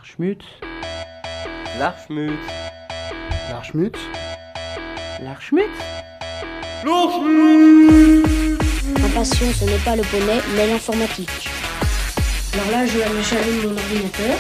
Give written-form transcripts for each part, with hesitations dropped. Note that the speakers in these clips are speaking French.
L'Archmut. L'Archmut. L'Archmut. L'Archmut. Ma passion, ce n'est pas le poney, mais l'informatique. Alors là, j'allume mon ordinateur.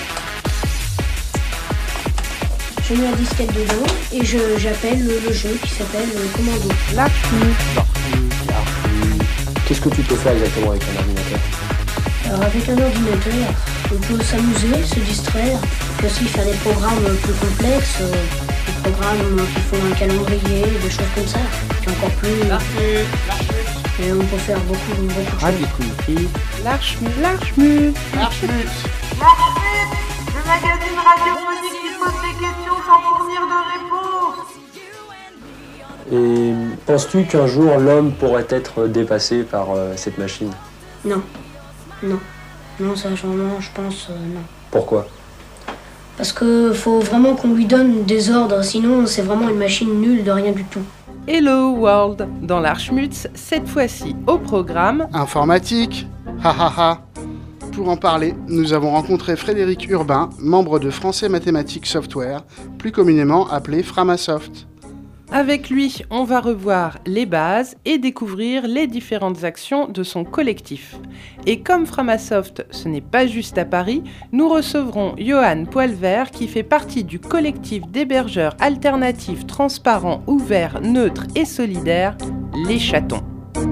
Je mets la disquette dedans et j'appelle le jeu qui s'appelle Commando. L'Archmut. Qu'est-ce que tu peux faire exactement avec un ordinateur? Alors avec un ordinateur, on peut s'amuser, se distraire, puis aussi faire des programmes plus complexes, des programmes qui font un calendrier, des choses comme ça, qui est encore plus... Et on peut faire beaucoup de choses. Radio Community. L'Archmut. L'Archmut. L'Archmut. Le magazine radiophonique qui pose des questions sans fournir de réponse. Et penses-tu qu'un jour l'homme pourrait être dépassé par cette machine? Non, ça vraiment, je pense, non. Pourquoi? Parce que faut vraiment qu'on lui donne des ordres, sinon c'est vraiment une machine nulle de rien du tout. Hello World dans l'Archmut, cette fois-ci au programme Informatique. Ha ha ha. Pour en parler, nous avons rencontré Frédéric Urbain, membre de Français Mathématiques Software, plus communément appelé Framasoft. Avec lui, on va revoir les bases et découvrir les différentes actions de son collectif. Et comme Framasoft, ce n'est pas juste à Paris, nous recevrons Johan Poilvert qui fait partie du collectif d'hébergeurs alternatifs, transparents, ouverts, neutres et solidaires, les Chatons.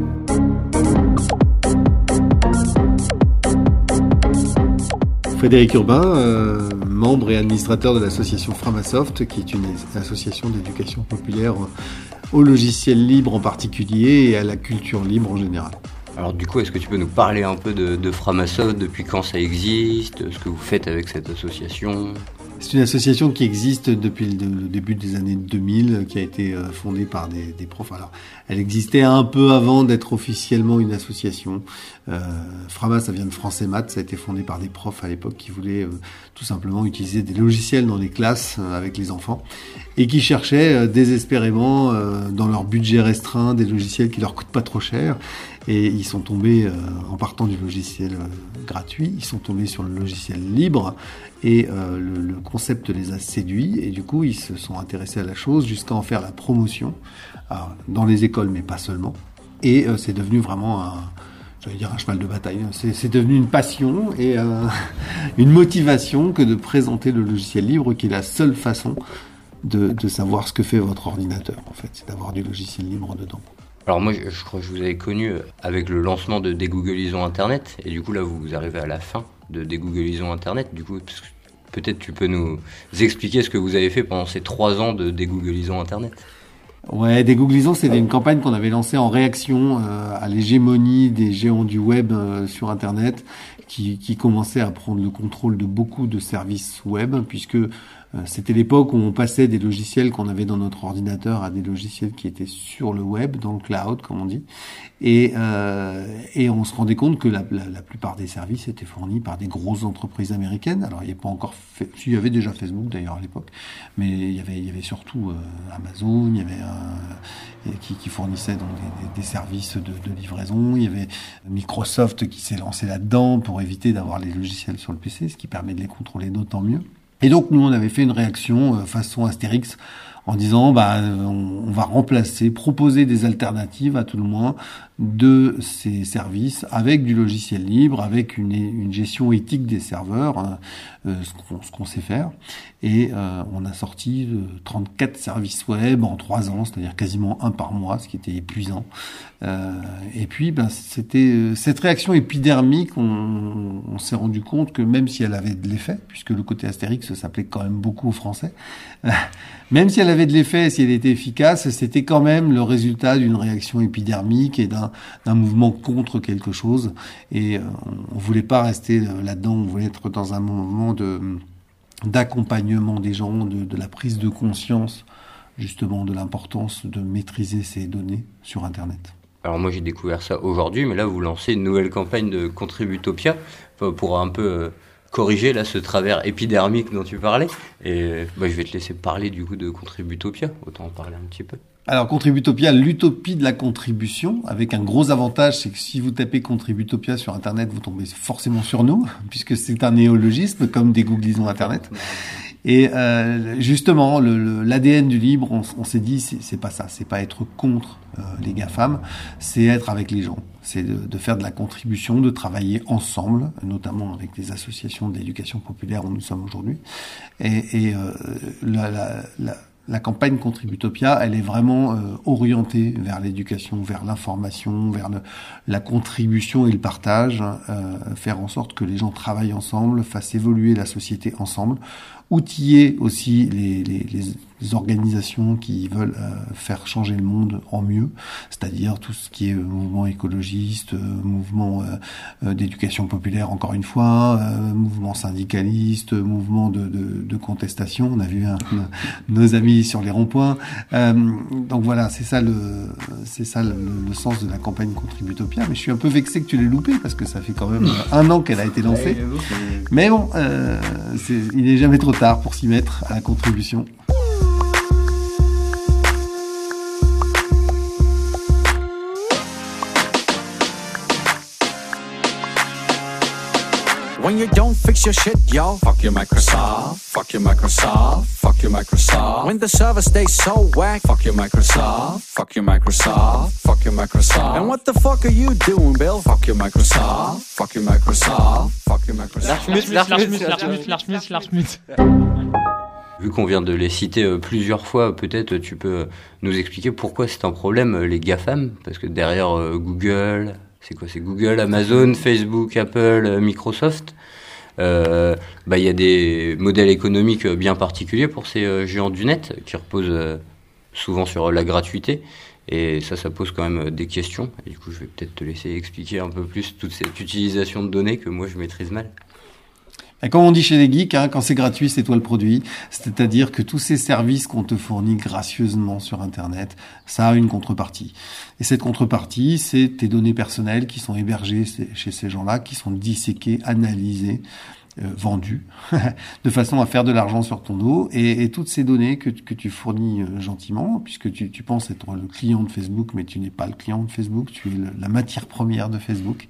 Frédéric Urbain, membre et administrateur de l'association Framasoft, qui est une association d'éducation populaire au logiciel libre en particulier et à la culture libre en général. Alors du coup, est-ce que tu peux nous parler un peu de Framasoft, depuis quand ça existe, ce que vous faites avec cette association ? C'est une association qui existe depuis le début des années 2000, qui a été fondée par des profs. Alors, elle existait un peu avant d'être officiellement une association. Frama, ça vient de France et Maths, ça a été fondé par des profs à l'époque qui voulaient tout simplement utiliser des logiciels dans les classes avec les enfants et qui cherchaient désespérément dans leur budget restreint des logiciels qui leur coûtent pas trop cher. Et ils sont tombés, en partant du logiciel gratuit, ils sont tombés sur le logiciel libre et le concept les a séduits et du coup ils se sont intéressés à la chose jusqu'à en faire la promotion dans les écoles mais pas seulement. Et c'est devenu vraiment un cheval de bataille. C'est devenu une passion et une motivation que de présenter le logiciel libre qui est la seule façon de savoir ce que fait votre ordinateur en fait, c'est d'avoir du logiciel libre dedans. Alors moi, je crois que je vous avais connu avec le lancement de Dégooglisons Internet, et du coup là, vous arrivez à la fin de Dégooglisons Internet. Du coup, peut-être tu peux nous expliquer ce que vous avez fait pendant ces 3 ans de Dégooglisons Internet. Ouais, Dégooglisons, c'était une campagne qu'on avait lancée en réaction à l'hégémonie des géants du web sur Internet, qui commençaient à prendre le contrôle de beaucoup de services web, puisque c'était l'époque où on passait des logiciels qu'on avait dans notre ordinateur à des logiciels qui étaient sur le web, dans le cloud, comme on dit. Et on se rendait compte que la plupart des services étaient fournis par des grosses entreprises américaines. Alors, il n'y avait pas encore il y avait déjà Facebook d'ailleurs à l'époque, mais il y avait surtout Amazon, il y avait qui fournissait donc des services de livraison. Il y avait Microsoft qui s'est lancé là-dedans pour éviter d'avoir les logiciels sur le PC, ce qui permet de les contrôler d'autant mieux. Et donc nous on avait fait une réaction façon Astérix en disant on va proposer des alternatives à tout le moins de ces services avec du logiciel libre, avec une gestion éthique des serveurs, ce qu'on sait faire. Et on a sorti 34 services web en 3 ans, c'est-à-dire quasiment un par mois, ce qui était épuisant. Et puis c'était cette réaction épidermique, on s'est rendu compte que même si elle avait de l'effet, puisque le côté Astérix s'appelait quand même beaucoup aux Français, même si elle avait de l'effet, si elle était efficace, c'était quand même le résultat d'une réaction épidermique et d'un mouvement contre quelque chose. Et on voulait pas rester là-dedans, on voulait être dans un moment d'accompagnement des gens, de la prise de conscience justement de l'importance de maîtriser ces données sur Internet. Alors moi j'ai découvert ça aujourd'hui, mais là vous lancez une nouvelle campagne de Contributopia pour un peu corriger là ce travers épidermique dont tu parlais. Et je vais te laisser parler du coup de Contributopia, autant en parler un petit peu. Alors Contributopia, l'utopie de la contribution, avec un gros avantage, c'est que si vous tapez Contributopia sur Internet, vous tombez forcément sur nous, puisque c'est un néologisme comme dégooglisons Internet. Et justement, l'ADN du libre, on s'est dit, c'est pas ça, c'est pas être contre les GAFAM, c'est être avec les gens, c'est de faire de la contribution, de travailler ensemble, notamment avec les associations d'éducation populaire où nous sommes aujourd'hui. Et la campagne Contributopia, elle est vraiment orientée vers l'éducation, vers l'information, vers la contribution et le partage, faire en sorte que les gens travaillent ensemble, fassent évoluer la société ensemble, outiller aussi les organisations qui veulent faire changer le monde en mieux, c'est-à-dire tout ce qui est mouvement écologiste, mouvement d'éducation populaire encore une fois, mouvement syndicaliste, mouvement de contestation. On a vu nos amis sur les ronds-points. Donc voilà, c'est ça le sens de la campagne Contributopia. Mais je suis un peu vexé que tu l'aies loupé parce que ça fait quand même 1 an qu'elle a été lancée. Mais bon, il n'est jamais trop tard pour s'y mettre à la contribution. When you don't fix your shit, yo, fuck your Microsoft, fuck your Microsoft, fuck your Microsoft. When the server stays so whack, fuck your Microsoft, fuck your Microsoft, fuck your Microsoft. And what the fuck are you doing, Bill? Fuck your Microsoft, fuck your Microsoft, fuck your Microsoft. L'Archmut. Vu qu'on vient de les citer plusieurs fois, peut-être tu peux nous expliquer pourquoi c'est un problème, les GAFAM, parce que derrière Google... C'est quoi? C'est Google, Amazon, Facebook, Apple, Microsoft. Il y a des modèles économiques bien particuliers pour ces géants du net qui reposent souvent sur la gratuité. Et ça pose quand même des questions. Et du coup, je vais peut-être te laisser expliquer un peu plus toute cette utilisation de données que moi, je maîtrise mal. Et comme on dit chez les geeks, quand c'est gratuit, c'est toi le produit. C'est-à-dire que tous ces services qu'on te fournit gracieusement sur Internet, ça a une contrepartie. Et cette contrepartie, c'est tes données personnelles qui sont hébergées chez ces gens-là, qui sont disséquées, analysées, vendues, de façon à faire de l'argent sur ton dos. Et toutes ces données que tu fournis gentiment, puisque tu penses être le client de Facebook, mais tu n'es pas le client de Facebook, tu es la matière première de Facebook.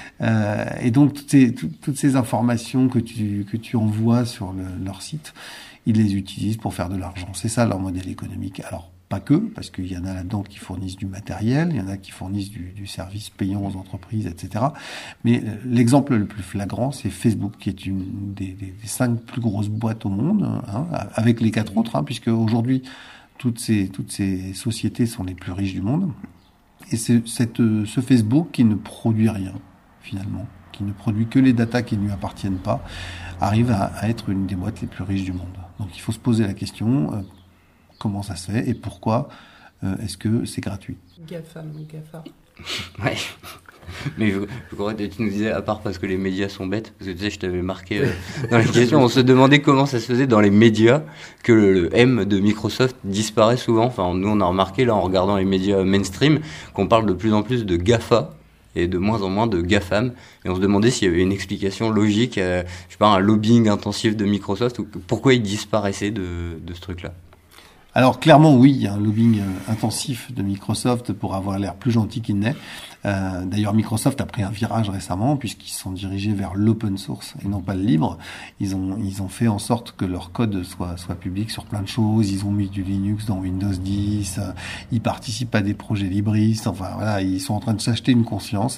Et donc toutes ces informations que tu envoies sur leur site, ils les utilisent pour faire de l'argent. C'est ça leur modèle économique. Alors pas que, parce qu'il y en a là-dedans qui fournissent du matériel, il y en a qui fournissent du service payant aux entreprises, etc. Mais l'exemple le plus flagrant, c'est Facebook, qui est une des 5 plus grosses boîtes au monde, avec les 4 autres, puisque aujourd'hui toutes ces sociétés sont les plus riches du monde. Et c'est ce Facebook qui ne produit rien, finalement, qui ne produit que les datas qui ne lui appartiennent pas, arrive à être une des boîtes les plus riches du monde. Donc il faut se poser la question, comment ça se fait et pourquoi est-ce que c'est gratuit? GAFAM, GAFA. Ouais. Mais je crois que tu nous disais, à part parce que les médias sont bêtes, parce que tu sais, je t'avais marqué dans les questions, on se demandait comment ça se faisait dans les médias que le M de Microsoft disparaît souvent. Enfin, nous, on a remarqué, là, en regardant les médias mainstream, qu'on parle de plus en plus de GAFA et de moins en moins de GAFAM. Et on se demandait s'il y avait une explication logique, je sais pas, un lobbying intensif de Microsoft, ou pourquoi il disparaissait de ce truc-là. Alors clairement oui, il y a un lobbying intensif de Microsoft pour avoir l'air plus gentil qu'il n'est. D'ailleurs Microsoft a pris un virage récemment puisqu'ils se sont dirigés vers l'open source et non pas le libre. Ils ont fait en sorte que leur code soit public sur plein de choses. Ils ont mis du Linux dans Windows 10. Ils participent à des projets libristes. Enfin voilà, ils sont en train de s'acheter une conscience.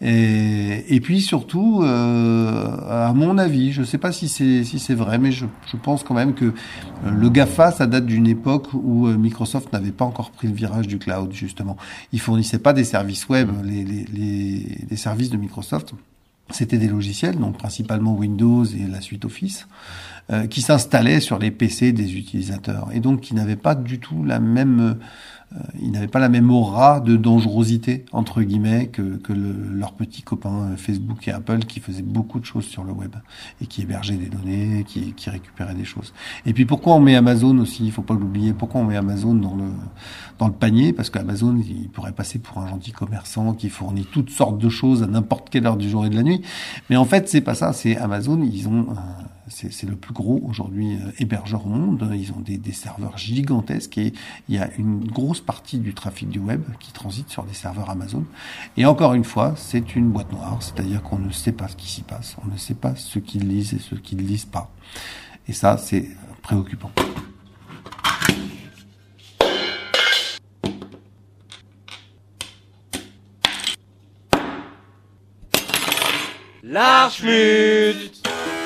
Et puis surtout, à mon avis, je sais pas si c'est vrai, mais je pense quand même que le GAFA, ça date d'une époque où Microsoft n'avait pas encore pris le virage du cloud, justement. Ils fournissaient pas des services web. Les services de Microsoft, c'était des logiciels, donc principalement Windows et la suite Office, qui s'installaient sur les PC des utilisateurs et donc qui n'avaient pas du tout la même aura de dangerosité entre guillemets que leurs petits copains Facebook et Apple qui faisaient beaucoup de choses sur le web et qui hébergeaient des données, qui récupéraient des choses. Et puis pourquoi on met Amazon aussi, il faut pas l'oublier, pourquoi on met Amazon dans le panier, parce qu'Amazon il pourrait passer pour un gentil commerçant qui fournit toutes sortes de choses à n'importe quelle heure du jour et de la nuit, mais en fait c'est pas ça, c'est Amazon, ils ont C'est le plus gros aujourd'hui hébergeur au monde. Ils ont des serveurs gigantesques et il y a une grosse partie du trafic du web qui transite sur des serveurs Amazon. Et encore une fois, c'est une boîte noire, c'est-à-dire qu'on ne sait pas ce qui s'y passe. On ne sait pas ce qu'ils lisent et ce qu'ils ne lisent pas. Et ça, c'est préoccupant. L'Archmut.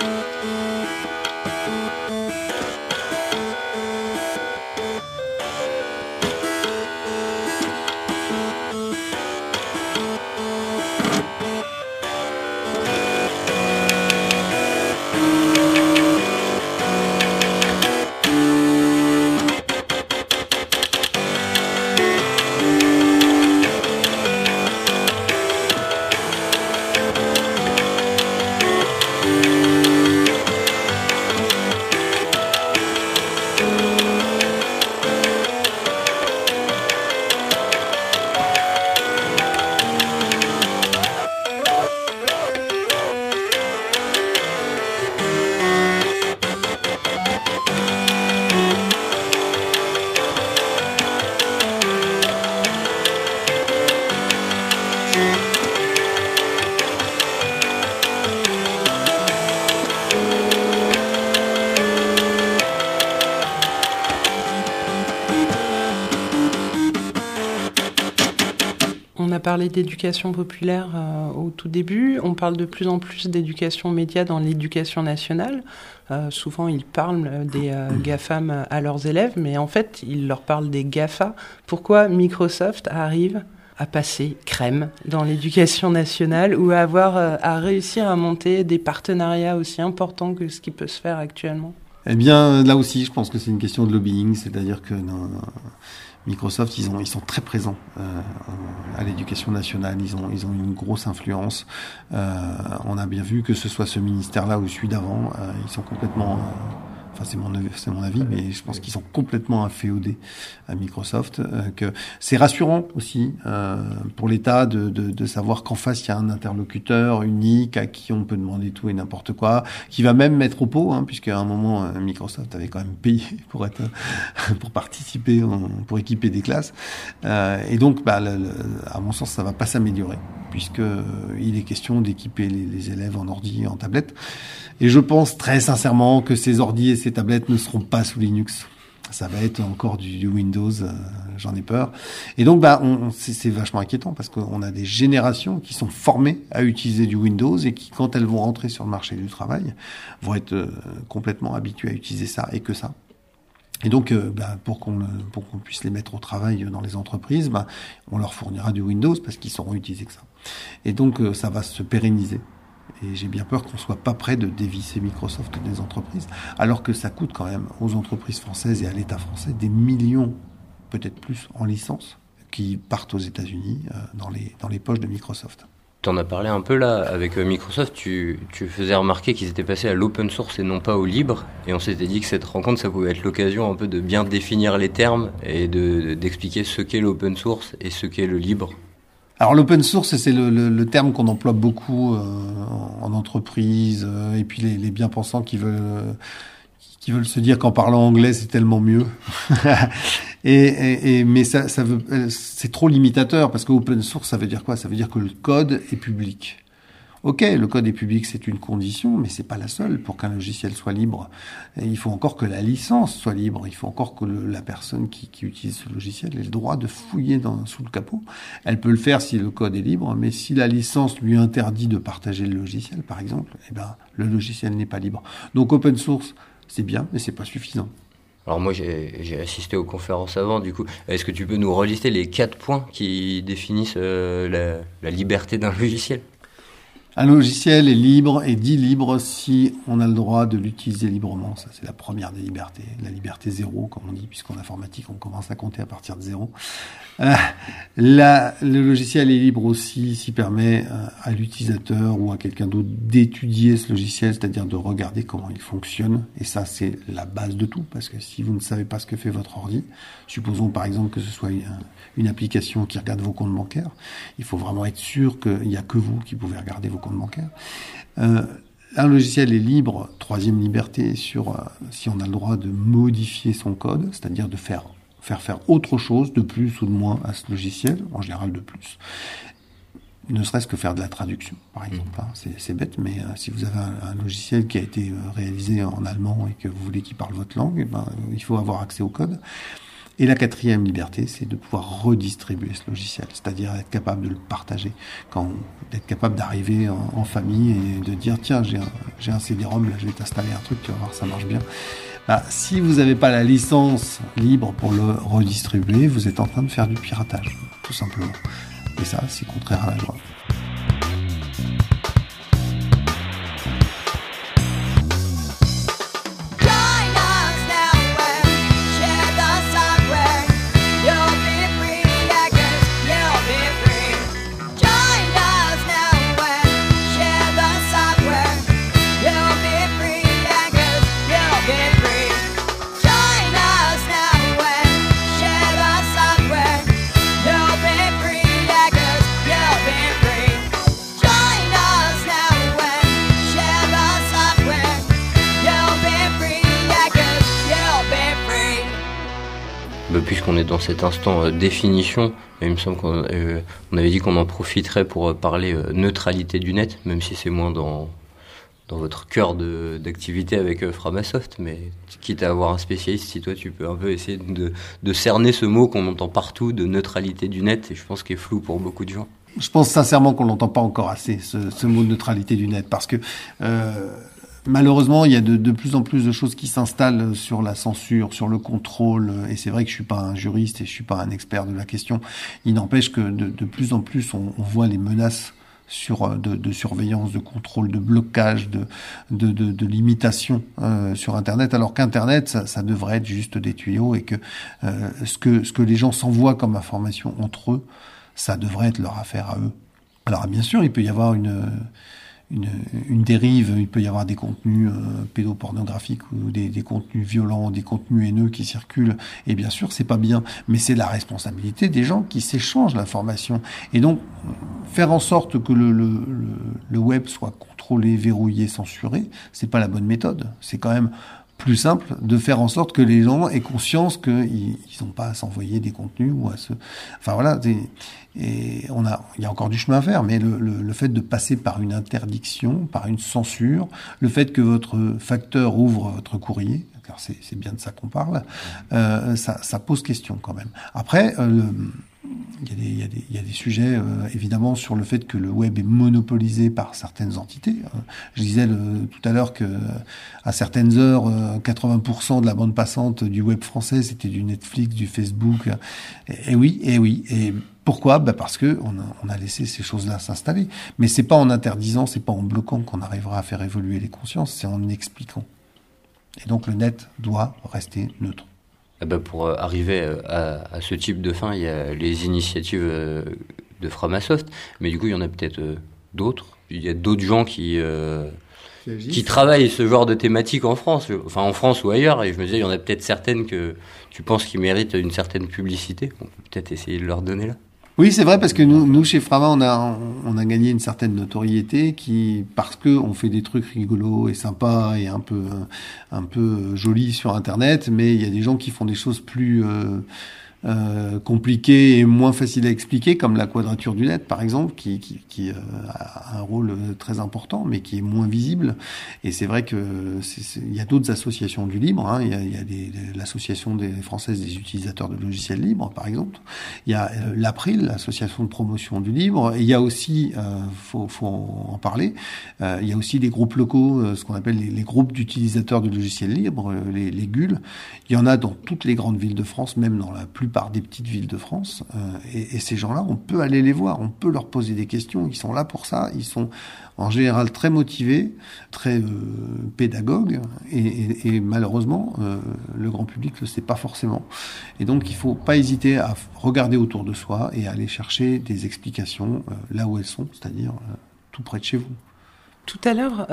On a parlé d'éducation populaire au tout début. On parle de plus en plus d'éducation média dans l'éducation nationale. Souvent, ils parlent des GAFAM à leurs élèves, mais en fait, ils leur parlent des GAFA. Pourquoi Microsoft arrive à passer crème dans l'éducation nationale ou à réussir à monter des partenariats aussi importants que ce qui peut se faire actuellement? Eh bien, là aussi, je pense que c'est une question de lobbying, c'est-à-dire que Microsoft, ils sont très présents à l'éducation nationale. Ils ont une grosse influence. On a bien vu que ce soit ce ministère-là ou celui d'avant, ils sont complètement. Enfin, c'est mon avis, mais je pense qu'ils sont complètement inféodés à Microsoft. Que c'est rassurant aussi pour l'État de savoir qu'en face il y a un interlocuteur unique à qui on peut demander tout et n'importe quoi, qui va même mettre au pot, puisqu'à un moment Microsoft avait quand même payé pour participer, pour équiper des classes. Et donc, à mon sens, ça va pas s'améliorer, puisque il est question d'équiper les élèves en ordi et en tablette. Et je pense très sincèrement que ces ordi et ces tablettes ne seront pas sous Linux. Ça va être encore du Windows, j'en ai peur. Et donc, c'est vachement inquiétant parce qu'on a des générations qui sont formées à utiliser du Windows et qui, quand elles vont rentrer sur le marché du travail, vont être complètement habituées à utiliser ça et que ça. Et donc, pour qu'on puisse les mettre au travail dans les entreprises, on leur fournira du Windows parce qu'ils sauront utiliser que ça. Et donc, ça va se pérenniser. Et j'ai bien peur qu'on soit pas prêt de dévisser Microsoft des entreprises, alors que ça coûte quand même aux entreprises françaises et à l'État français des millions, peut-être plus, en licences, qui partent aux États-Unis dans les poches de Microsoft. T'en as parlé un peu là, avec Microsoft, tu faisais remarquer qu'ils étaient passés à l'open source et non pas au libre, et on s'était dit que cette rencontre, ça pouvait être l'occasion un peu de bien définir les termes et d'expliquer ce qu'est l'open source et ce qu'est le libre. Alors l'open source, c'est le terme qu'on emploie beaucoup en entreprise, et puis les bien-pensants qui veulent se dire qu'en parlant anglais c'est tellement mieux. Mais c'est trop limitateur, parce que open source, ça veut dire quoi? Ça veut dire que le code est public. Ok, le code est public, c'est une condition, mais c'est pas la seule pour qu'un logiciel soit libre. Et il faut encore que la licence soit libre. Il faut encore que la personne qui utilise ce logiciel ait le droit de fouiller sous le capot. Elle peut le faire si le code est libre, mais si la licence lui interdit de partager le logiciel, par exemple, le logiciel n'est pas libre. Donc open source, c'est bien, mais c'est pas suffisant. Alors moi, j'ai assisté aux conférences avant, du coup. Est-ce que tu peux nous relister les 4 points qui définissent la liberté d'un logiciel ? Un logiciel est libre et dit libre si on a le droit de l'utiliser librement. Ça, c'est la première des libertés. La liberté zéro, comme on dit, puisqu'en informatique, on commence à compter à partir de zéro. Le logiciel est libre aussi s'il permet à l'utilisateur ou à quelqu'un d'autre d'étudier ce logiciel, c'est-à-dire de regarder comment il fonctionne. Et ça, c'est la base de tout, parce que si vous ne savez pas ce que fait votre ordi, supposons par exemple que ce soit une application qui regarde vos comptes bancaires, il faut vraiment être sûr qu'il n'y a que vous qui pouvez regarder vos comptes bancaires. Un logiciel est libre, troisième liberté, sur si on a le droit de modifier son code, c'est-à-dire de faire autre chose, de plus ou de moins à ce logiciel, en général de plus. Ne serait-ce que faire de la traduction, par exemple. C'est bête, mais si vous avez un logiciel qui a été réalisé en allemand et que vous voulez qu'il parle votre langue, il faut avoir accès au code. Et la quatrième liberté, c'est de pouvoir redistribuer ce logiciel, c'est-à-dire être capable de le partager, d'être capable d'arriver en famille et de dire tiens, j'ai un CD-ROM, là je vais t'installer un truc, tu vas voir, ça marche bien. Si vous n'avez pas la licence libre pour le redistribuer, vous êtes en train de faire du piratage, tout simplement. Et ça, c'est contraire à la loi. Puisqu'on est dans cet instant définition, il me semble qu'on avait dit qu'on en profiterait pour parler neutralité du net, même si c'est moins dans votre cœur d'activité avec Framasoft, mais quitte à avoir un spécialiste, si toi tu peux un peu essayer de cerner ce mot qu'on entend partout, de neutralité du net, et je pense qu'il est flou pour beaucoup de gens. Je pense sincèrement qu'on l'entend pas encore assez, ce mot de neutralité du net, parce que malheureusement, il y a de plus en plus de choses qui s'installent sur la censure, sur le contrôle, et c'est vrai que je suis pas un juriste et je suis pas un expert de la question. Il n'empêche que de plus en plus, on voit les menaces de surveillance, de contrôle, de blocage, de limitation sur Internet, alors qu'Internet, ça devrait être juste des tuyaux et que ce que les gens s'envoient comme information entre eux, ça devrait être leur affaire à eux. Alors bien sûr, il peut y avoir une dérive, il peut y avoir des contenus pédopornographiques ou des contenus violents, des contenus haineux qui circulent, et bien sûr c'est pas bien, mais c'est la responsabilité des gens qui s'échangent l'information. Et donc faire en sorte que le web soit contrôlé, verrouillé, censuré, c'est pas la bonne méthode. C'est quand même plus simple de faire en sorte que les gens aient conscience qu'ils n'ont pas à s'envoyer des contenus ou à se... Enfin voilà, et il y a encore du chemin à faire, mais le fait de passer par une interdiction, par une censure, le fait que votre facteur ouvre votre courrier, car c'est bien de ça qu'on parle, ça pose question quand même. Après, il y a des sujets évidemment sur le fait que le web est monopolisé par certaines entités. Je disais tout à l'heure que à certaines heures, 80% de la bande passante du web français c'était du Netflix, du Facebook. Et oui. Et pourquoi ? Parce que on a laissé ces choses-là s'installer. Mais c'est pas en interdisant, c'est pas en bloquant qu'on arrivera à faire évoluer les consciences, c'est en expliquant. Et donc le net doit rester neutre. Pour arriver à ce type de fin, il y a les initiatives de Framasoft, mais du coup, il y en a peut-être d'autres. Il y a d'autres gens qui travaillent ce genre de thématique en France, enfin en France ou ailleurs, et je me disais, il y en a peut-être certaines que tu penses qui méritent une certaine publicité. On peut peut-être essayer de leur donner là. Oui, c'est vrai, parce que nous chez Frama, on a gagné une certaine notoriété parce que on fait des trucs rigolos et sympas et un peu jolis sur Internet, mais il y a des gens qui font des choses plus compliqué et moins facile à expliquer, comme la quadrature du net par exemple, qui a un rôle très important mais qui est moins visible. Et c'est vrai que il y a d'autres associations du libre, hein. Il y a l'association des françaises des utilisateurs de logiciels libres par exemple, il y a l'April, l'association de promotion du libre, et il y a aussi faut en parler, il y a aussi des groupes locaux, ce qu'on appelle les groupes d'utilisateurs de logiciels libres, les GUL. Il y en a dans toutes les grandes villes de France, même dans la plupart des petites villes de France, et ces gens-là, on peut aller les voir, on peut leur poser des questions, ils sont là pour ça, ils sont en général très motivés, très pédagogues, et malheureusement, le grand public le sait pas forcément. Et donc, il faut pas hésiter à regarder autour de soi et à aller chercher des explications là où elles sont, c'est-à-dire tout près de chez vous. Tout à l'heure,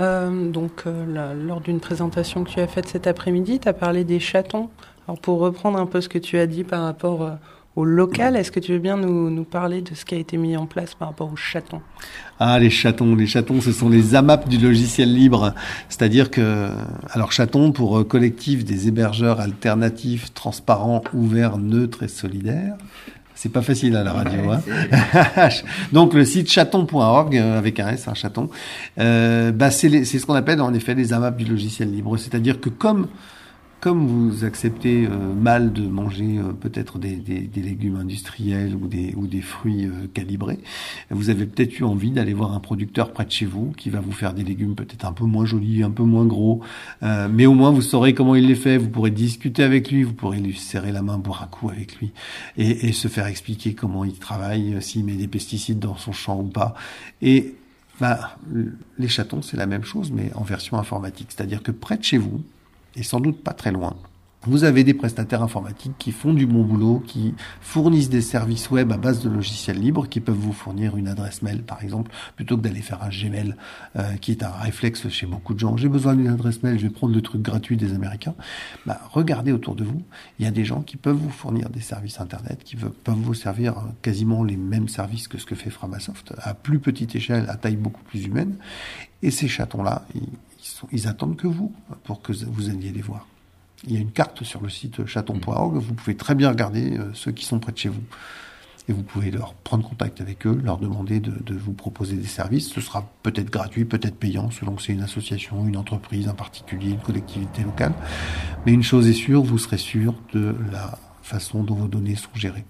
lors d'une présentation que tu as faite cet après-midi, tu as parlé des chatons. Alors pour reprendre un peu ce que tu as dit par rapport au local. Est-ce que tu veux bien nous parler de ce qui a été mis en place par rapport aux chatons ? Ah, les chatons, ce sont les AMAP du logiciel libre. C'est-à-dire que, alors chaton pour collectif des hébergeurs alternatifs, transparents, ouverts, neutres et solidaires. C'est pas facile à la radio, hein. Donc le site chaton.org avec un S, un chaton, c'est ce qu'on appelle en effet les AMAP du logiciel libre. C'est-à-dire que comme vous acceptez mal de manger peut-être des légumes industriels ou des fruits calibrés, vous avez peut-être eu envie d'aller voir un producteur près de chez vous qui va vous faire des légumes peut-être un peu moins jolis, un peu moins gros, mais au moins vous saurez comment il les fait, vous pourrez discuter avec lui, vous pourrez lui serrer la main, boire un coup avec lui et se faire expliquer comment il travaille, s'il met des pesticides dans son champ ou pas. Et les chatons, c'est la même chose, mais en version informatique. C'est-à-dire que près de chez vous, et sans doute pas très loin, vous avez des prestataires informatiques qui font du bon boulot, qui fournissent des services web à base de logiciels libres, qui peuvent vous fournir une adresse mail, par exemple, plutôt que d'aller faire un Gmail, qui est un réflexe chez beaucoup de gens. J'ai besoin d'une adresse mail, je vais prendre le truc gratuit des Américains. Regardez autour de vous, il y a des gens qui peuvent vous fournir des services Internet, qui peuvent vous servir quasiment les mêmes services que ce que fait Framasoft, à plus petite échelle, à taille beaucoup plus humaine. Et ces chatons-là, ils attendent que vous, pour que vous alliez les voir. Il y a une carte sur le site chaton.org, vous pouvez très bien regarder ceux qui sont près de chez vous. Et vous pouvez leur prendre contact avec eux, leur demander de vous proposer des services. Ce sera peut-être gratuit, peut-être payant, selon que c'est une association, une entreprise, un particulier, une collectivité locale. Mais une chose est sûre, vous serez sûr de la façon dont vos données sont gérées.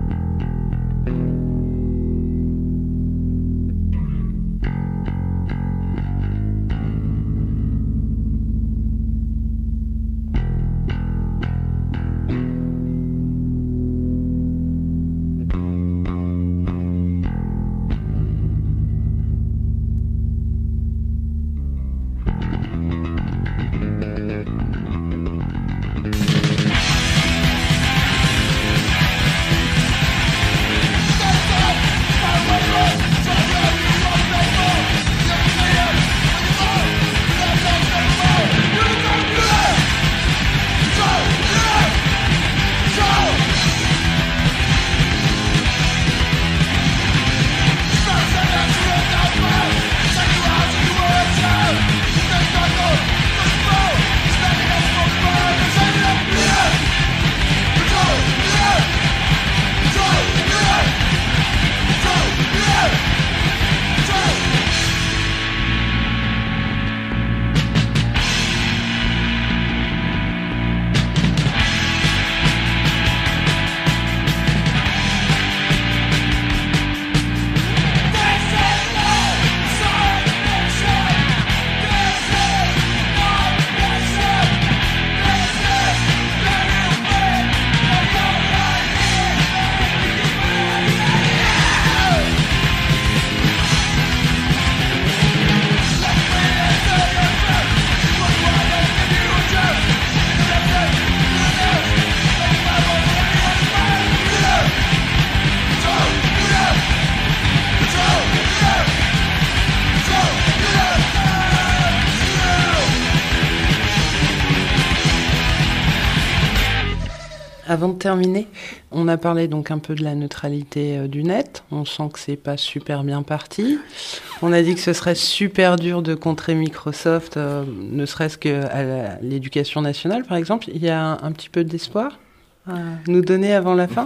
Avant de terminer, on a parlé donc un peu de la neutralité du net. On sent que c'est pas super bien parti. On a dit que ce serait super dur de contrer Microsoft, ne serait-ce qu'à l'éducation nationale, par exemple. Il y a un petit peu d'espoir à nous donner avant la fin ?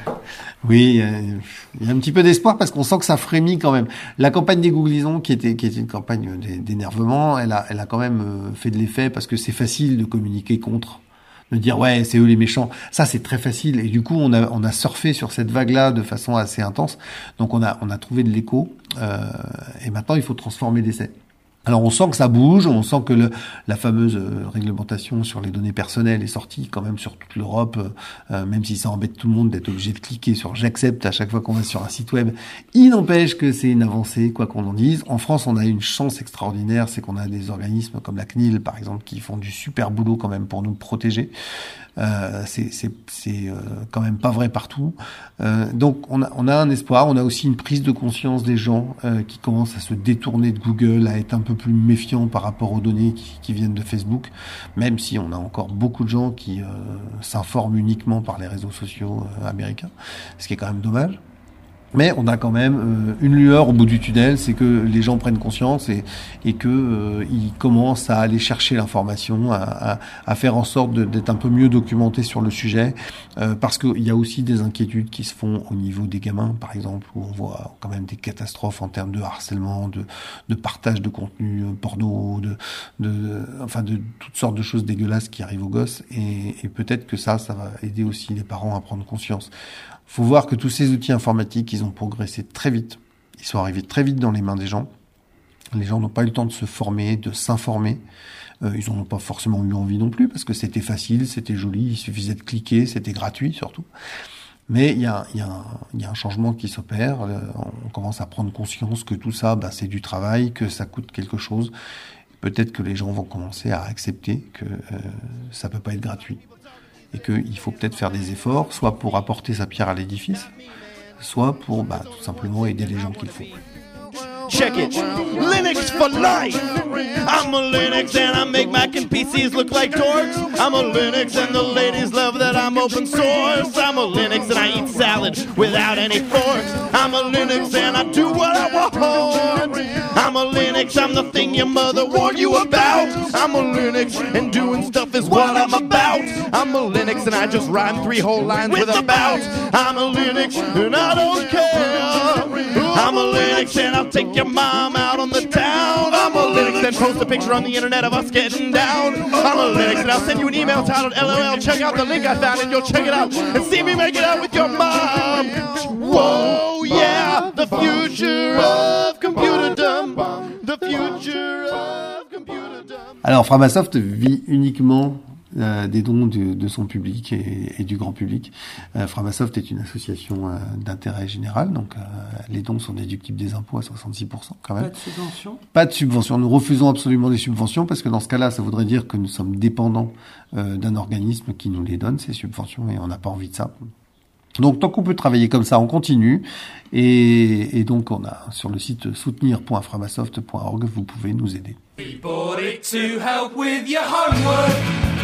Oui, il y a un petit peu d'espoir parce qu'on sent que ça frémit quand même. La campagne des Googlisons, qui était une campagne d'énervement, elle a quand même fait de l'effet parce que c'est facile de communiquer contre. De dire ouais, c'est eux les méchants, ça c'est très facile, et du coup on a surfé sur cette vague-là de façon assez intense. Donc on a trouvé de l'écho, et maintenant il faut transformer l'essai. Alors on sent que ça bouge, on sent que la fameuse réglementation sur les données personnelles est sortie quand même sur toute l'Europe, même si ça embête tout le monde d'être obligé de cliquer sur j'accepte à chaque fois qu'on va sur un site web. Il n'empêche que c'est une avancée, quoi qu'on en dise. En France, on a une chance extraordinaire, c'est qu'on a des organismes comme la CNIL par exemple qui font du super boulot quand même pour nous protéger. C'est quand même pas vrai partout. Donc on a un espoir, on a aussi une prise de conscience des gens qui commencent à se détourner de Google, à être un peu plus méfiant par rapport aux données qui viennent de Facebook, même si on a encore beaucoup de gens qui s'informent uniquement par les réseaux sociaux américains, ce qui est quand même dommage. Mais on a quand même une lueur au bout du tunnel, c'est que les gens prennent conscience et que ils commencent à aller chercher l'information, à faire en sorte d'être un peu mieux documentés sur le sujet, parce qu'il y a aussi des inquiétudes qui se font au niveau des gamins, par exemple, où on voit quand même des catastrophes en termes de harcèlement, de partage de contenu porno, de toutes sortes de choses dégueulasses qui arrivent aux gosses, et peut-être que ça va aider aussi les parents à prendre conscience. Faut voir que tous ces outils informatiques, ils ont progressé très vite. Ils sont arrivés très vite dans les mains des gens. Les gens n'ont pas eu le temps de se former, de s'informer. Ils n'en ont pas forcément eu envie non plus, parce que c'était facile, c'était joli, il suffisait de cliquer, c'était gratuit surtout. Mais il y a un changement qui s'opère. On commence à prendre conscience que tout ça, c'est du travail, que ça coûte quelque chose. Peut-être que les gens vont commencer à accepter que ça peut pas être gratuit. Et qu'il faut peut-être faire des efforts, soit pour apporter sa pierre à l'édifice, soit pour tout simplement aider les gens qu'il faut. Check it. Linux for life. I'm a Linux and I make Mac and PCs look like dorks. I'm a Linux and the ladies love that I'm open source. I'm a Linux and I eat salad without any forks. I'm a Linux and I do what I want. I'm a Linux, I'm the thing your mother warned you about. I'm a Linux and doing stuff is what I'm about. I'm a Linux and I just rhyme 3 whole lines with about. I'm a Linux and I don't care. I'm a Linux and I'll take your mom out on the town. I'm a Linux and post a picture on the internet of us getting down. I'm a Linux and I'll send you an email titled LOL. Check out the link I found and you'll check it out and see me make it out with your mom. Whoa, yeah, the future of computerdom. The future of computerdom. Alors Framasoft vit uniquement des dons de son public et du grand public. Framasoft est une association d'intérêt général, donc les dons sont déductibles des impôts à 66% quand même. Pas de subvention ? Pas de subvention. Nous refusons absolument des subventions parce que dans ce cas-là, ça voudrait dire que nous sommes dépendants d'un organisme qui nous les donne, ces subventions, et on n'a pas envie de ça. Donc tant qu'on peut travailler comme ça, on continue. Et donc on a sur le site soutenir.framasoft.org, vous pouvez nous aider. We bought it to help with your homework.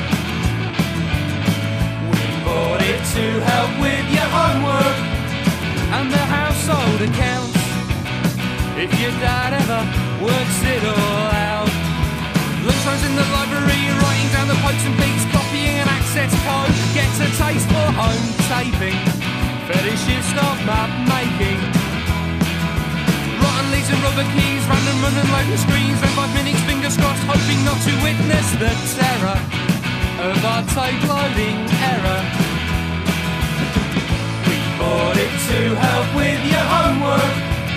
Bought it to help with your homework and the household accounts. If your dad ever works it all out. Lunchtime's in the library, writing down the pokes and peaks, copying an access code. Gets a taste for home taping, fetishist of map making. Rotten leads and rubber keys, random run and loading screens. And 5 minutes, fingers crossed, hoping not to witness the terror of our tape loading error. We bought it to help with your homework.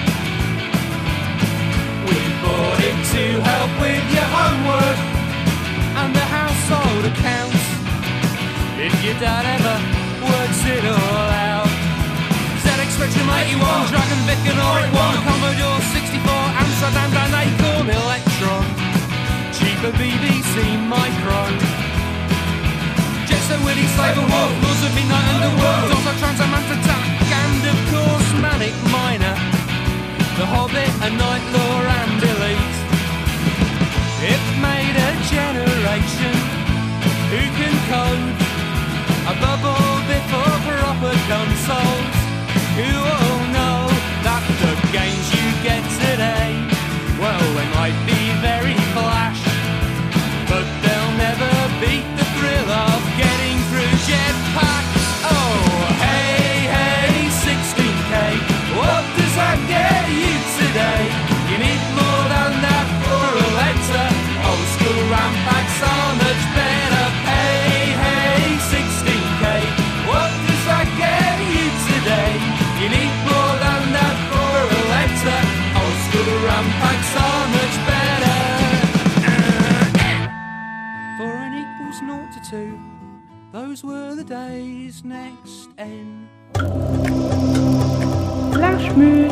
We bought it to help with your homework and the household accounts. If your dad ever works it all out. ZX Spectrum 81, Dragon Vic and Auric 1, Commodore 64, Amsterdam and Acorn Electron, cheaper BBC Micro. So Willie Slaver Wolf, Laws of Midnight Underworld, also Transatlantic Attack, and of course Manic Miner, The Hobbit, A Night Lore and Elite. It made a generation who can code a bubble before proper consoles, who all know that the games you get today, well, they might be very flash, but they'll never beat the thrill of getting through Jetpack. Oh, hey, hey, 16K, what does that get you today? You need more than that for a letter. Old school RAM packs are much better. Hey, hey, 16K, what does that get you today? You need more than that for a letter. Old school RAM packs are much better. For n equals 0 to 2, those were the days. Next N. Flashmus.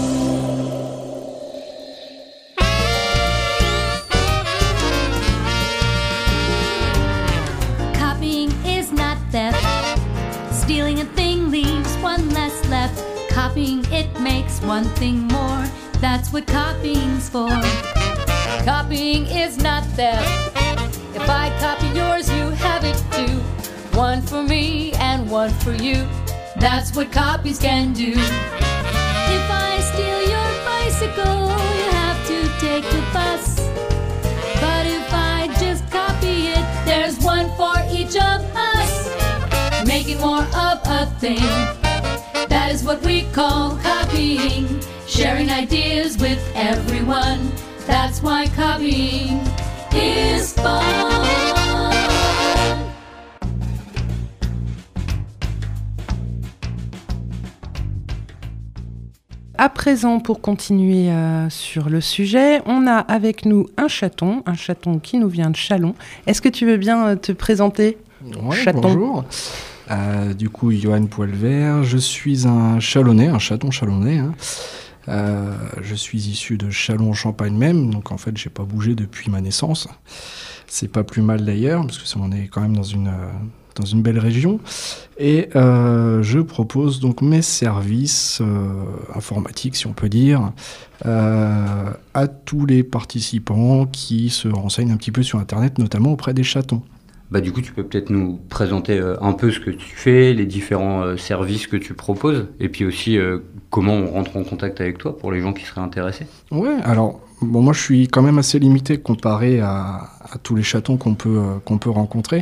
Copying is not theft. Stealing a thing leaves one less left. Copying, it makes one thing more. That's what copying's for. Copying is not theft. If I copy yours, you have it too. One for me and one for you. That's what copies can do. If I steal your bicycle, you have to take the bus. But if I just copy it, there's one for each of us. Making more of a thing, that is what we call copying. Sharing ideas with everyone, that's why copying is fun. À présent, pour continuer sur le sujet, on a avec nous un chaton qui nous vient de Châlons. Est-ce que tu veux bien te présenter, chaton ? Bonjour. Du coup, Johan Poilvert, je suis un Chalonnais, un chaton chalonnais. Je suis issu de Châlons-en-Champagne même, donc en fait, j'ai pas bougé depuis ma naissance. C'est pas plus mal d'ailleurs, parce que on est quand même dans une belle région. Et je propose donc mes services informatiques, si on peut dire, à tous les participants qui se renseignent un petit peu sur Internet, notamment auprès des chatons. Bah, du coup, tu peux peut-être nous présenter un peu ce que tu fais, les différents services que tu proposes, et puis aussi comment on rentre en contact avec toi pour les gens qui seraient intéressés. Ouais, alors bon, moi je suis quand même assez limité comparé à tous les chatons qu'on peut rencontrer.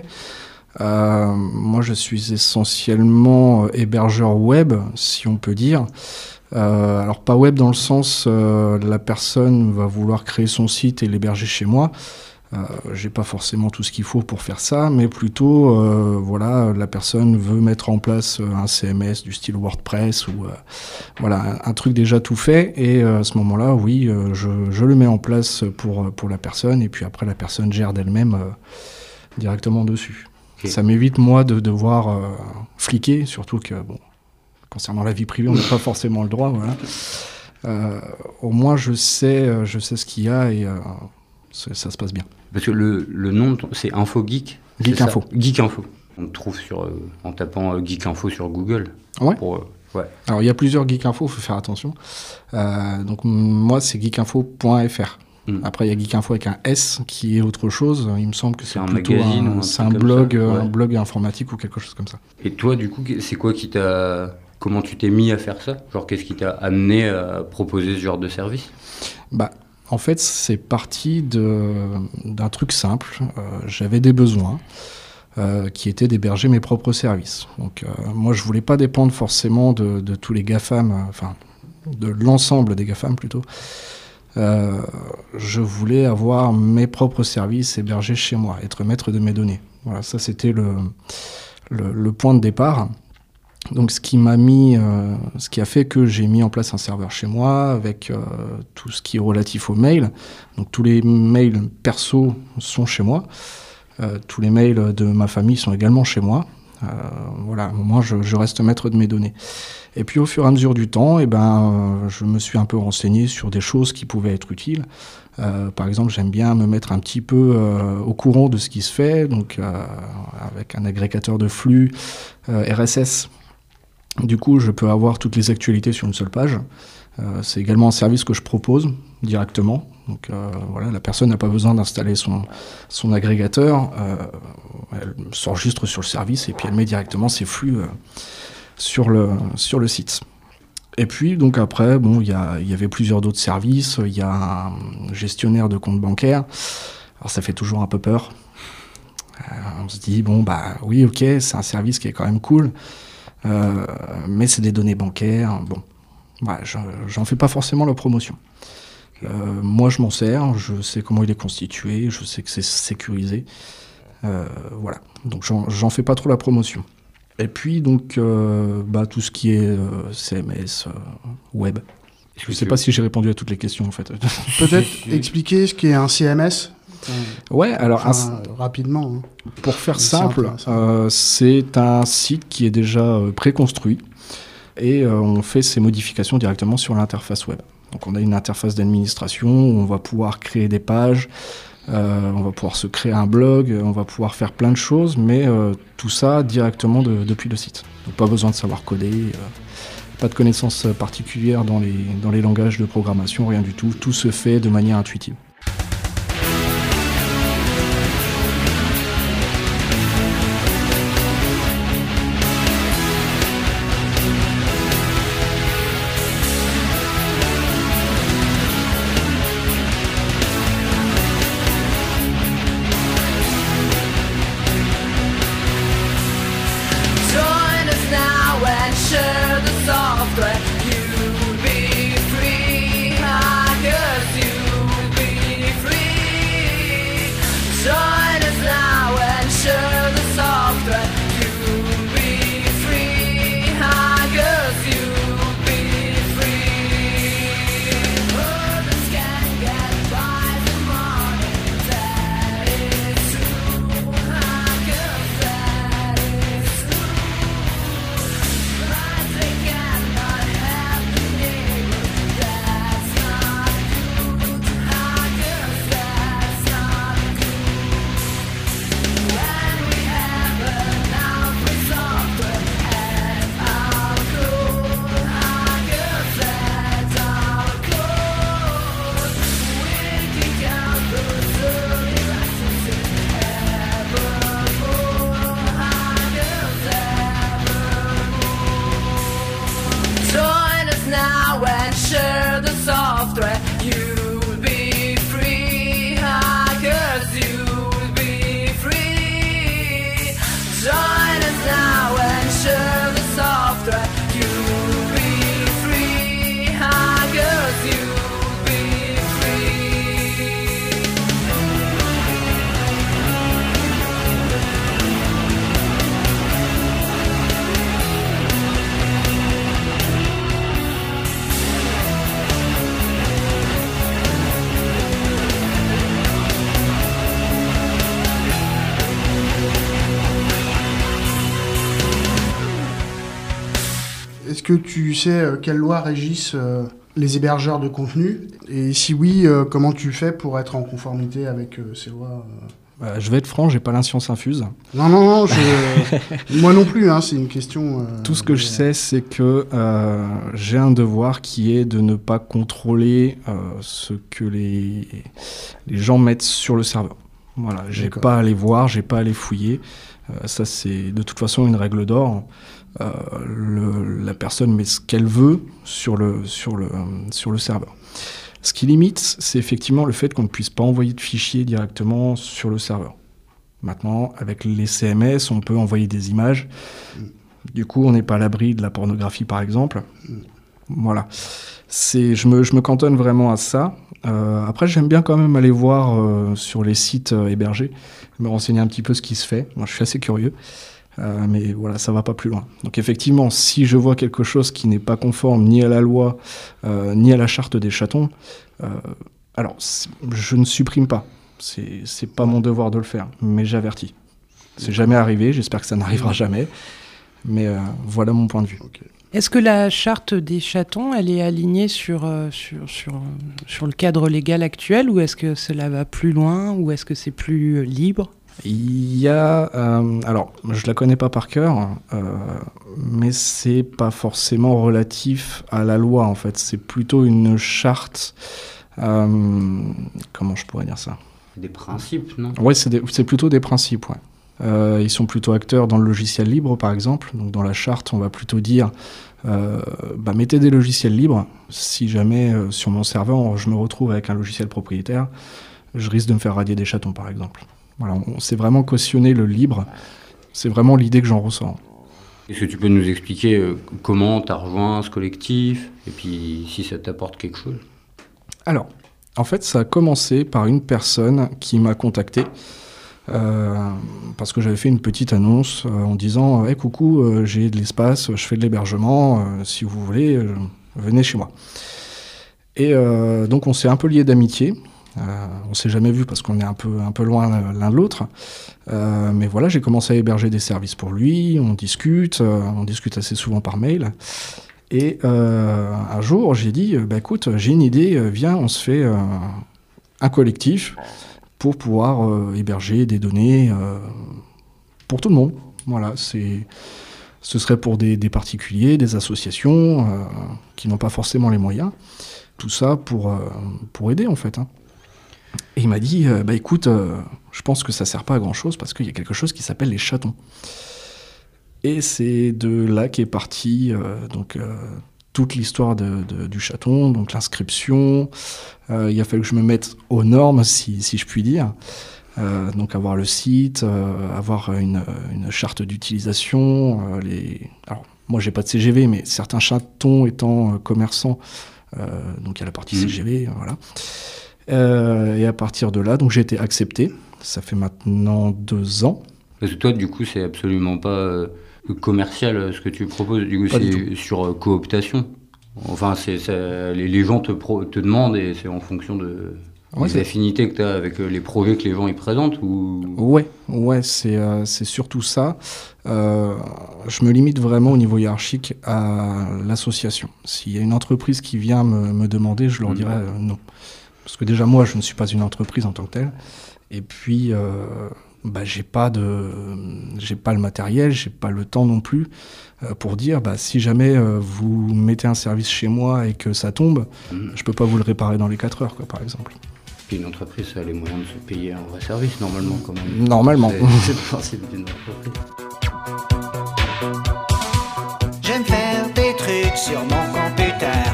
Moi je suis essentiellement hébergeur web, si on peut dire. Alors pas web dans le sens la personne va vouloir créer son site et l'héberger chez moi. J'ai pas forcément tout ce qu'il faut pour faire ça, mais plutôt voilà, la personne veut mettre en place un CMS du style WordPress ou voilà, un truc déjà tout fait, et à ce moment-là, oui, je le mets en place pour la personne, et puis après la personne gère d'elle-même directement dessus. Okay. Ça m'évite moi de devoir fliquer, surtout que bon, concernant la vie privée, on n'a pas forcément le droit, voilà. Au moins je sais ce qu'il y a, et ça se passe bien. Parce que le nom, c'est InfoGeek. Geek Info. Geek Info. On le trouve en tapant Geek Info sur Google. Ouais. Ouais. Alors il y a plusieurs Geek Info, il faut faire attention. Donc moi c'est geekinfo.fr. Après il y a Geek Info avec un S qui est autre chose. Il me semble que c'est un plutôt magazine, c'est un blog, ouais. Un blog informatique ou quelque chose comme ça. Et toi du coup, c'est quoi qui t'a... Comment tu t'es mis à faire ça ? Genre qu'est-ce qui t'a amené à proposer ce genre de service ? En fait, c'est parti d'un truc simple. J'avais des besoins qui étaient d'héberger mes propres services. Donc, moi, je voulais pas dépendre forcément de tous les GAFAM, enfin, de l'ensemble des GAFAM plutôt. Je voulais avoir mes propres services hébergés chez moi, être maître de mes données. Voilà, ça, c'était le point de départ. Donc ce qui a fait que j'ai mis en place un serveur chez moi avec tout ce qui est relatif aux mails. Donc tous les mails perso sont chez moi. Tous les mails de ma famille sont également chez moi. Voilà, moi je reste maître de mes données. Et puis au fur et à mesure du temps, je me suis un peu renseigné sur des choses qui pouvaient être utiles. Par exemple, j'aime bien me mettre un petit peu au courant de ce qui se fait, donc avec un agrégateur de flux RSS. Du coup, je peux avoir toutes les actualités sur une seule page. C'est également un service que je propose directement. Donc voilà, la personne n'a pas besoin d'installer son agrégateur. Elle s'enregistre sur le service et puis elle met directement ses flux sur le site. Et puis donc après, bon, il y avait plusieurs d'autres services. Il y a un gestionnaire de compte bancaire. Alors ça fait toujours un peu peur. On se dit bon oui, ok, c'est un service qui est quand même cool. Mais c'est des données bancaires. Bon, voilà, j'en fais pas forcément la promotion. Moi, je m'en sers, je sais comment il est constitué, je sais que c'est sécurisé. Voilà, donc j'en fais pas trop la promotion. Et puis, donc, tout ce qui est CMS, web. Je sais pas si j'ai répondu à toutes les questions, en fait. Peut-être expliquer ce qu'est un CMS ? Ouais, alors rapidement. Pour faire simple, c'est un site qui est déjà préconstruit et on fait ses modifications directement sur l'interface web. Donc on a une interface d'administration où on va pouvoir créer des pages, on va pouvoir se créer un blog, on va pouvoir faire plein de choses, mais tout ça directement depuis le site. Donc pas besoin de savoir coder, pas de connaissances particulières dans les langages de programmation, rien du tout. Tout se fait de manière intuitive. software, you'll be free. Hackers, you'll be free. Join us now and share the software. You'll be free. Hackers, you'll be free. Others can get by the morning. That is true. Hackers, that is true. But they cannot have the neighbor. That's not good. Hackers, that's not good. When we have enough free software at our core, hackers, that's our code. We kick out those early licenses evermore. Hackers evermore. Join us now and share the software. You'll be free. Hackers, you'll be free. Join us now and share the software. You'll be free. Hackers, you'll be free. Est-ce que tu sais quelles lois régissent les hébergeurs de contenu? Et si oui, comment tu fais pour être en conformité avec ces lois Je vais être franc, j'ai pas la science infuse. Non, moi non plus, hein, c'est une question... Tout ce que je sais, c'est que j'ai un devoir qui est de ne pas contrôler ce que les gens mettent sur le serveur. Voilà, j'ai D'accord. pas à les voir, j'ai pas à les fouiller. Ça, c'est de toute façon une règle d'or. La personne met ce qu'elle veut sur le serveur. Ce qui limite, c'est effectivement le fait qu'on ne puisse pas envoyer de fichiers directement sur le serveur. Maintenant, avec les CMS, on peut envoyer des images. Du coup, on n'est pas à l'abri de la pornographie, par exemple. Voilà. Je me cantonne vraiment à ça. Après, j'aime bien quand même aller voir sur les sites hébergés, me renseigner un petit peu ce qui se fait. Moi, je suis assez curieux. Mais voilà, ça va pas plus loin. Donc effectivement, si je vois quelque chose qui n'est pas conforme ni à la loi, ni à la charte des chatons, alors je ne supprime pas. C'est pas mon devoir de le faire, mais j'avertis. C'est jamais arrivé, j'espère que ça n'arrivera jamais. Mais voilà mon point de vue. Okay. Est-ce que la charte des chatons, elle est alignée sur le cadre légal actuel, ou est-ce que cela va plus loin, ou est-ce que c'est plus libre ? Il y a... alors, je la connais pas par cœur, mais c'est pas forcément relatif à la loi, en fait. C'est plutôt une charte... comment je pourrais dire ça ? Des principes, non ? Ouais, c'est plutôt des principes, ouais. Ils sont plutôt acteurs dans le logiciel libre, par exemple. Donc, dans la charte, on va plutôt dire... mettez des logiciels libres. Si jamais, sur mon serveur, je me retrouve avec un logiciel propriétaire, je risque de me faire radier des chatons, par exemple. Voilà, on s'est vraiment cautionné le libre. C'est vraiment l'idée que j'en ressens. Est-ce que tu peux nous expliquer comment tu as rejoint ce collectif et puis si ça t'apporte quelque chose ? Alors, en fait, ça a commencé par une personne qui m'a contacté parce que j'avais fait une petite annonce en disant hey, « coucou, j'ai de l'espace, je fais de l'hébergement, si vous voulez, venez chez moi ». Et donc, on s'est un peu liés d'amitié. On s'est jamais vu parce qu'on est un peu loin l'un de l'autre. Mais voilà, j'ai commencé à héberger des services pour lui, on discute assez souvent par mail. Et un jour, j'ai dit, écoute, j'ai une idée, viens, on se fait un collectif pour pouvoir héberger des données pour tout le monde. Voilà, ce serait pour des particuliers, des associations qui n'ont pas forcément les moyens. Tout ça pour aider, en fait, hein. Et il m'a dit, écoute, je pense que ça sert pas à grand-chose parce qu'il y a quelque chose qui s'appelle les chatons. Et c'est de là qu'est partie toute l'histoire du chaton, donc l'inscription. Il a fallu que je me mette aux normes, si je puis dire. Donc avoir le site, avoir une charte d'utilisation. Alors, moi j'ai pas de CGV, mais certains chatons étant commerçants, donc il y a la partie CGV, voilà. Et à partir de là, donc j'ai été accepté. Ça fait maintenant 2 ans. Parce que toi, du coup, c'est absolument pas commercial ce que tu proposes. Du coup, c'est sur cooptation. Enfin, les gens te demandent et c'est en fonction des affinités que tu as avec les projets que les gens y présentent ou... Ouais, c'est surtout ça. Je me limite vraiment au niveau hiérarchique à l'association. S'il y a une entreprise qui vient me demander, je leur dirais non. Parce que déjà, moi, je ne suis pas une entreprise en tant que telle. Et puis, j'ai pas le matériel, j'ai pas le temps non plus pour dire, si jamais vous mettez un service chez moi et que ça tombe, je peux pas vous le réparer dans les 4 heures, quoi, par exemple. Puis une entreprise, ça a les moyens de se payer un vrai service, normalement, quand même. Normalement. C'est le principe d'une entreprise. J'aime faire des trucs sur mon computer.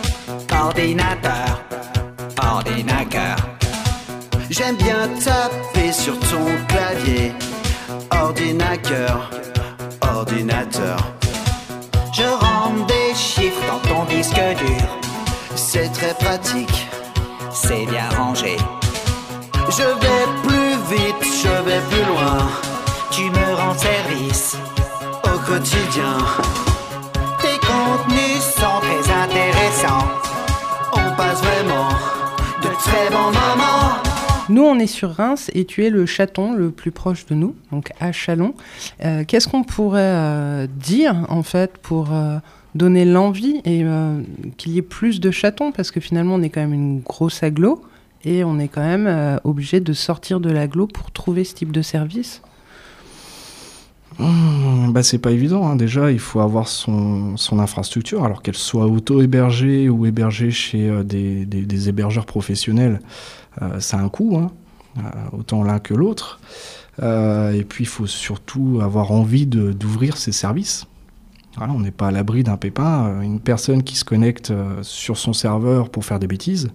Ordinateur. J'aime bien taper sur ton clavier. Ordinateur. Je rentre des chiffres dans ton disque dur. C'est très pratique, c'est bien rangé. Je vais plus vite, je vais plus loin. Tu me rends service au quotidien. Tes contenus sont très intéressants. On passe vraiment de très bons moments. Nous, on est sur Reims et tu es le chaton le plus proche de nous, donc à Châlons. Qu'est-ce qu'on pourrait dire, en fait, pour donner l'envie et qu'il y ait plus de chatons? Parce que finalement, on est quand même une grosse agglo et on est quand même obligé de sortir de l'agglo pour trouver ce type de service. C'est pas évident, hein. Déjà, il faut avoir son infrastructure, alors qu'elle soit auto-hébergée ou hébergée chez des hébergeurs professionnels. Ça a un coût, hein, autant l'un que l'autre. Et puis, il faut surtout avoir envie d'ouvrir ses services. Voilà, on n'est pas à l'abri d'un pépin. Une personne qui se connecte sur son serveur pour faire des bêtises,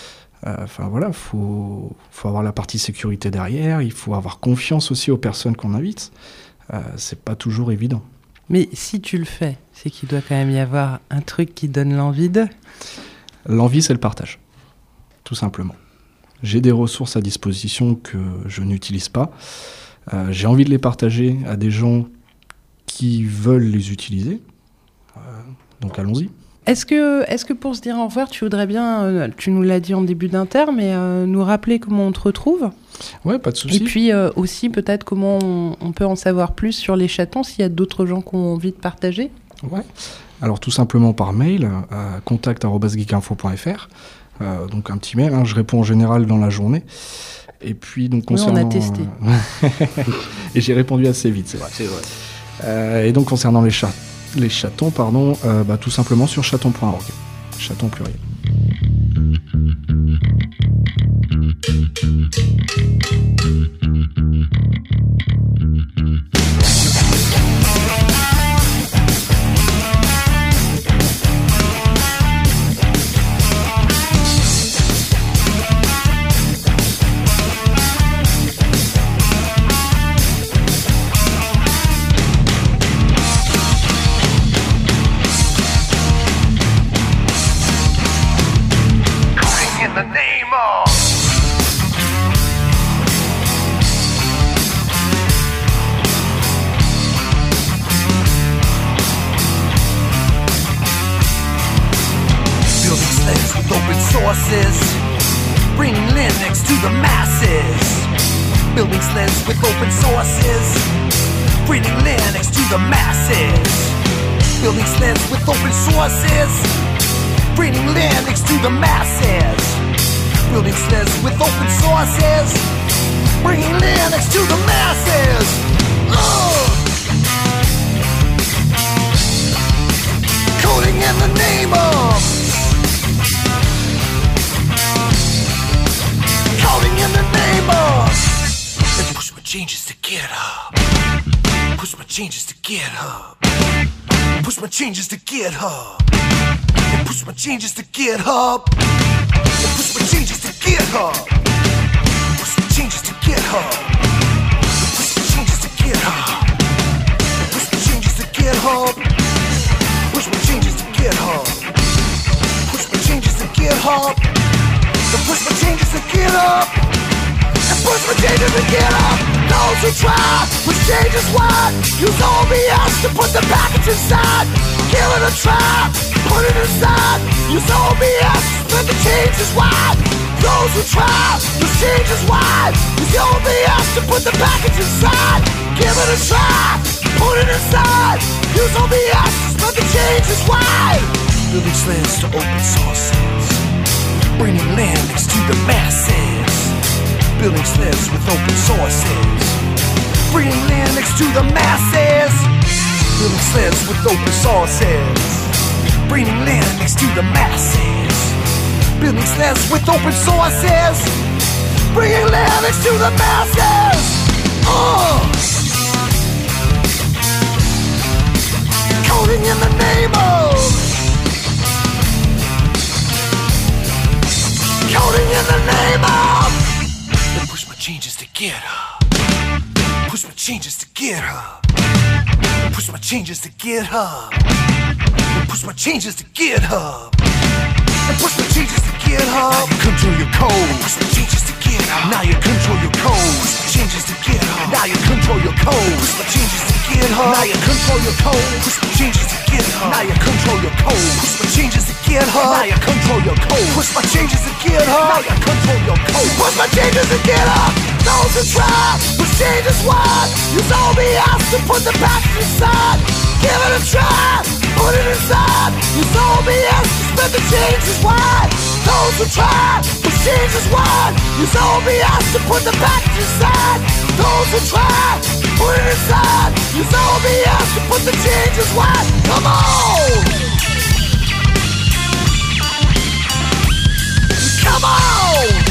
faut avoir la partie sécurité derrière. Il faut avoir confiance aussi aux personnes qu'on invite. C'est pas toujours évident. Mais si tu le fais, c'est qu'il doit quand même y avoir un truc qui donne l'envie de... L'envie, c'est le partage, tout simplement. J'ai des ressources à disposition que je n'utilise pas. J'ai envie de les partager à des gens qui veulent les utiliser. Donc allons-y. Est-ce que pour se dire au revoir, tu voudrais bien, tu nous l'as dit en début d'inter, mais nous rappeler comment on te retrouve ? Ouais, pas de souci. Et puis aussi peut-être comment on peut en savoir plus sur les chatons, s'il y a d'autres gens qui ont envie de partager ? Ouais. Alors tout simplement par mail, à contact@geekinfo.fr. Donc un petit mail, hein, je réponds en général dans la journée. Et puis donc concernant... Oui, on a testé. Et j'ai répondu assez vite, c'est vrai. C'est vrai. Et donc concernant les chatons, tout simplement sur chaton.org. Chaton pluriel. Bringing Linux to the masses. Building sleds with open sources. Bringing Linux to the masses. Building sleds with open sources. Bringing Linux to the masses. Building sleds with open sources. Bringing Linux to the masses. Coding in the name of. Coding in the name of. And push my changes to GitHub. Push my changes to GitHub. Push my changes to GitHub. And push my changes to GitHub. And push my changes to GitHub. Push my changes to GitHub. Push my changes to GitHub. Push my changes to GitHub. hop. To push my changes to get up. And push my changes to get up. Those who try, push changes wide. Use OBS to put the package inside. Give it a try, put it inside. Use OBS, spread the changes wide. Those who try, push changes wide. Use OBS to put the package inside. Give it a try, put it inside. Use OBS, spread the changes wide. Building sleds to open sources. Bringing Linux to the masses. Building sleds with open sources. Bringing Linux to the masses. Building sleds with open sources. Bringing Linux to the masses. Building sleds with open sources. Bringing Linux to the masses. Coding in the name of. Coding in the name of. Then push my changes to GitHub. Push my changes to GitHub. Push my changes to GitHub. Push my changes to GitHub. Push my changes to GitHub. Now you control your code. Push my changes to GitHub. Now you control your code. Push my changes to GitHub. Now you control your code. Push my changes to GitHub. Now you control your code. Push my changes to GitHub. Now you control your code. Push my changes to GitHub. Now you control your code. Push my changes to GitHub. Now you control your code. Push my changes to GitHub. Those who try, push changes wide. Use OBS to put the package inside. Give it a try, put it inside. Use OBS to spread the changes wide. Those who try, push changes wide. Use OBS to put the package inside. Those who try, put it inside. Use OBS to put the changes wide. Come on! Come on!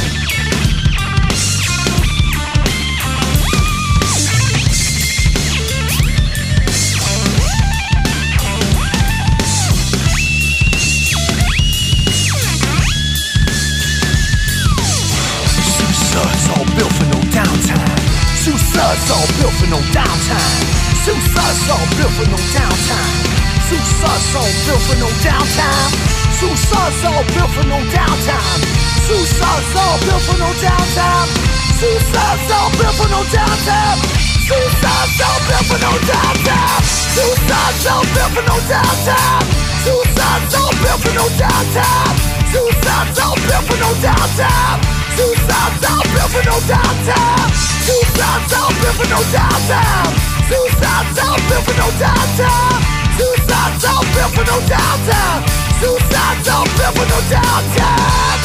Built for no downtime. Suicide's all built for no downtime. Suicide's all built for no downtime. Suicide's all built for no downtime. Suicide's all built for no downtime. Suicide's all built for no downtime. Suicide's all built for no downtime. Suicide's all built for no downtime. Suicide's all built for no downtime. Suicide's all built for no downtime. Suicide's all built for no downtime. Suicide's all built for no downtime. Suicide's all built for no downtime. Suicide's all built for no downtime. Suicide's all built for no downtime. Suicide's all built for no downtime.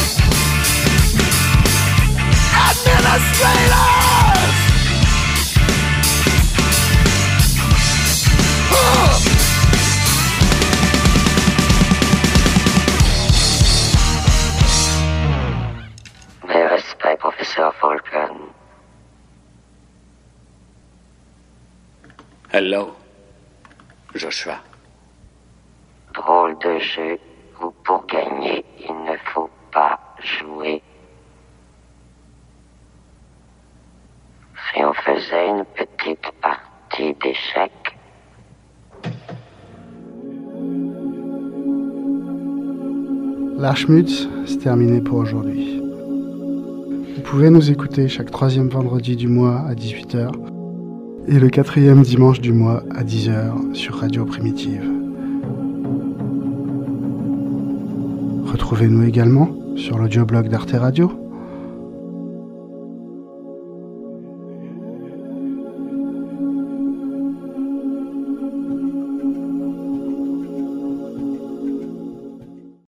Administrators. Mes respects, professeur Falcon. Hello, Joshua. Drôle de jeu où pour gagner, il ne faut pas jouer. Si on faisait une petite partie d'échecs. L'Archmutz, c'est terminé pour aujourd'hui. Vous pouvez nous écouter chaque 3e vendredi du mois à 18h et le 4e dimanche du mois à 10h sur Radio Primitive. Retrouvez-nous également sur l'audioblog d'Arte Radio